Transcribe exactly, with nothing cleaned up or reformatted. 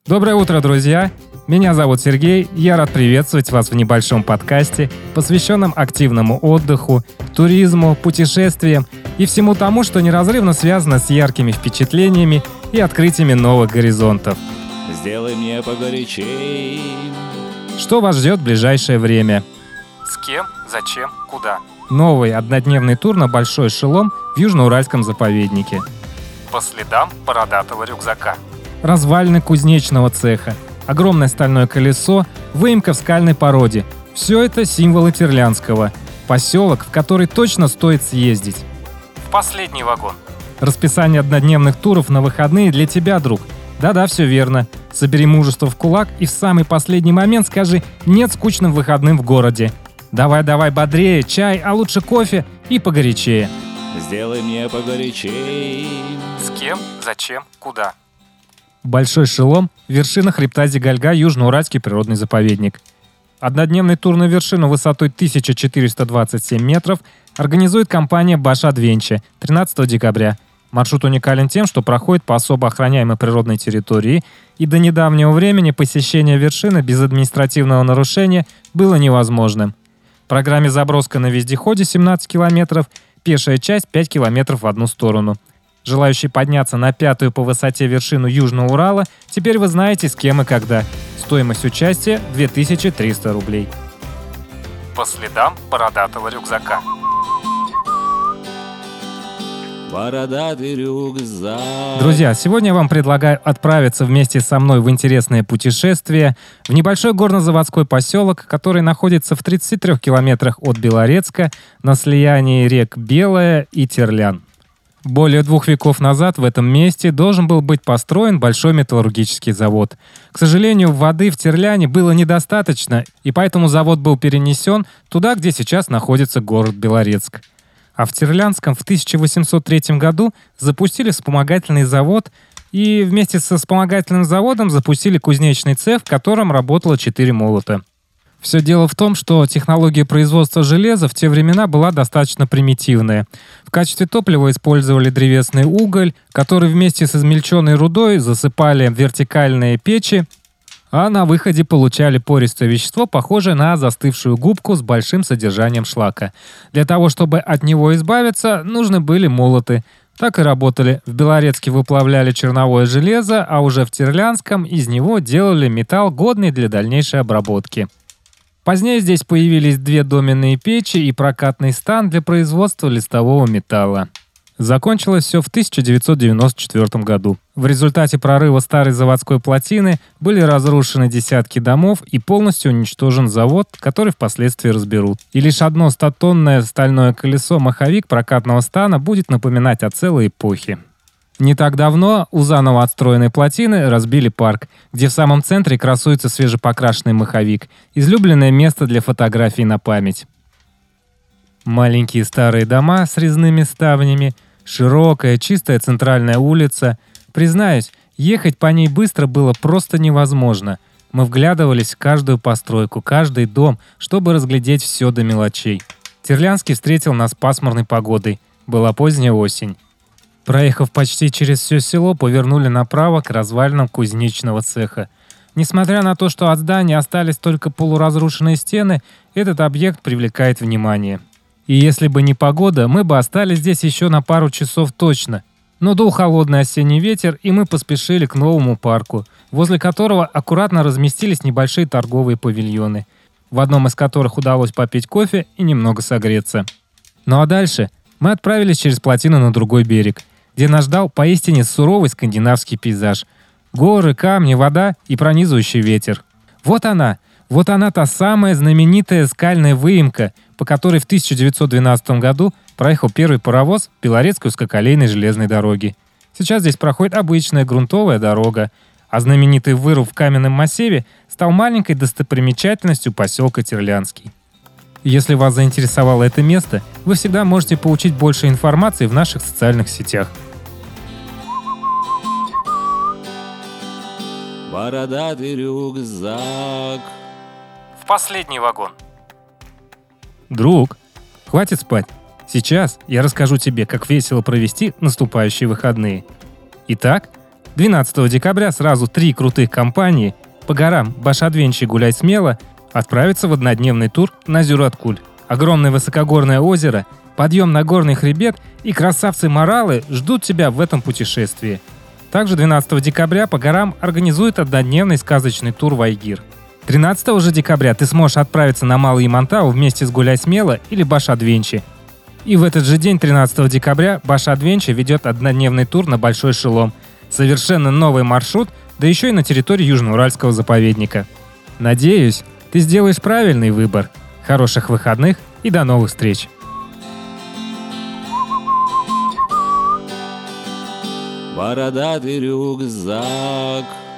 Доброе утро, друзья! Меня зовут Сергей, я рад приветствовать вас в небольшом подкасте, посвященном активному отдыху, туризму, путешествиям и всему тому, что неразрывно связано с яркими впечатлениями и открытиями новых горизонтов. Сделай мне погорячей. Что вас ждет в ближайшее время? С кем, зачем, куда? Новый однодневный тур на Большой Шелом в Южноуральском заповеднике. По следам бородатого рюкзака. Развалины кузнечного цеха, огромное стальное колесо, выемка в скальной породе. Все это символы Терлянского. Поселок, в который точно стоит съездить. В последний вагон. Расписание однодневных туров на выходные для тебя, друг. Да-да, все верно. Собери мужество в кулак и в самый последний момент скажи «нет скучным выходным в городе». Давай-давай бодрее, чай, а лучше кофе и погорячее. Сделай мне погорячей. С кем, зачем, куда? Большой Шелом – вершина хребта Зигальга, Южноуральский природный заповедник. Однодневный тур на вершину высотой тысяча четыреста двадцать семь метров организует компания Баш Адвенче тринадцатого декабря. Маршрут уникален тем, что проходит по особо охраняемой природной территории, и до недавнего времени посещение вершины без административного нарушения было невозможным. В программе заброска на вездеходе семнадцать километров, пешая часть пять километров в одну сторону. Желающие подняться на пятую по высоте вершину Южного Урала, теперь вы знаете, с кем и когда. Стоимость участия – две тысячи триста рублей. По следам бородатого рюкзака. Бородатый рюкзак. Друзья, сегодня я вам предлагаю отправиться вместе со мной в интересное путешествие в небольшой горнозаводской поселок, который находится в тридцати трёх километрах от Белорецка на слиянии рек Белая и Терлян. Более двух веков назад в этом месте должен был быть построен большой металлургический завод. К сожалению, воды в Терляне было недостаточно, и поэтому завод был перенесен туда, где сейчас находится город Белорецк. А в Терлянском в тысяча восемьсот третьем году запустили вспомогательный завод, и вместе со вспомогательным заводом запустили кузнечный цех, в котором работало четыре молота. Все дело в том, что технология производства железа в те времена была достаточно примитивная. В качестве топлива использовали древесный уголь, который вместе с измельченной рудой засыпали в вертикальные печи, а на выходе получали пористое вещество, похожее на застывшую губку с большим содержанием шлака. Для того, чтобы от него избавиться, нужны были молоты. Так и работали. В Белорецке выплавляли черновое железо, а уже в Терлянском из него делали металл, годный для дальнейшей обработки. Позднее здесь появились две доменные печи и прокатный стан для производства листового металла. Закончилось все в тысяча девятьсот девяносто четвёртом году. В результате прорыва старой заводской плотины были разрушены десятки домов и полностью уничтожен завод, который впоследствии разберут. И лишь одно стотонное стальное колесо-маховик прокатного стана будет напоминать о целой эпохе. Не так давно у заново отстроенной плотины разбили парк, где в самом центре красуется свежепокрашенный маховик, излюбленное место для фотографий на память. Маленькие старые дома с резными ставнями, широкая, чистая центральная улица. Признаюсь, ехать по ней быстро было просто невозможно. Мы вглядывались в каждую постройку, каждый дом, чтобы разглядеть все до мелочей. Терлянский встретил нас пасмурной погодой. Была поздняя осень. Проехав почти через все село, повернули направо к развалинам кузнечного цеха. Несмотря на то, что от здания остались только полуразрушенные стены, этот объект привлекает внимание. И если бы не погода, мы бы остались здесь еще на пару часов точно. Но дул холодный осенний ветер, и мы поспешили к новому парку, возле которого аккуратно разместились небольшие торговые павильоны, в одном из которых удалось попить кофе и немного согреться. Ну а дальше мы отправились через плотину на другой берег, где нас ждал поистине суровый скандинавский пейзаж. Горы, камни, вода и пронизывающий ветер. Вот она, вот она та самая знаменитая скальная выемка, по которой в тысяча девятьсот двенадцатом году проехал первый паровоз Белорецкой узкоколейной железной дороги. Сейчас здесь проходит обычная грунтовая дорога, а знаменитый выруб в каменном массиве стал маленькой достопримечательностью поселка Терлянский. Если вас заинтересовало это место, вы всегда можете получить больше информации в наших социальных сетях. Бородатый рюкзак. В последний вагон. Друг, хватит спать. Сейчас я расскажу тебе, как весело провести наступающие выходные. Итак, двенадцатого декабря сразу три крутых компании по горам Баш-Адвенчи «Гуляй смело» отправятся в однодневный тур на Зюраткуль. Огромное высокогорное озеро, подъем на горный хребет и красавцы-моралы ждут тебя в этом путешествии. Также двенадцатого декабря по горам организуют однодневный сказочный тур в Айгир. тринадцатого же декабря ты сможешь отправиться на Малый Ямантау вместе с «Гуляй смело» или Баш-Адвенчи. И в этот же день, тринадцатого декабря, Баш-Адвенчи ведет однодневный тур на Большой Шелом. Совершенно новый маршрут, да еще и на территории Южноуральского заповедника. Надеюсь, ты сделаешь правильный выбор. Хороших выходных и до новых встреч! Бородатый рюкзак.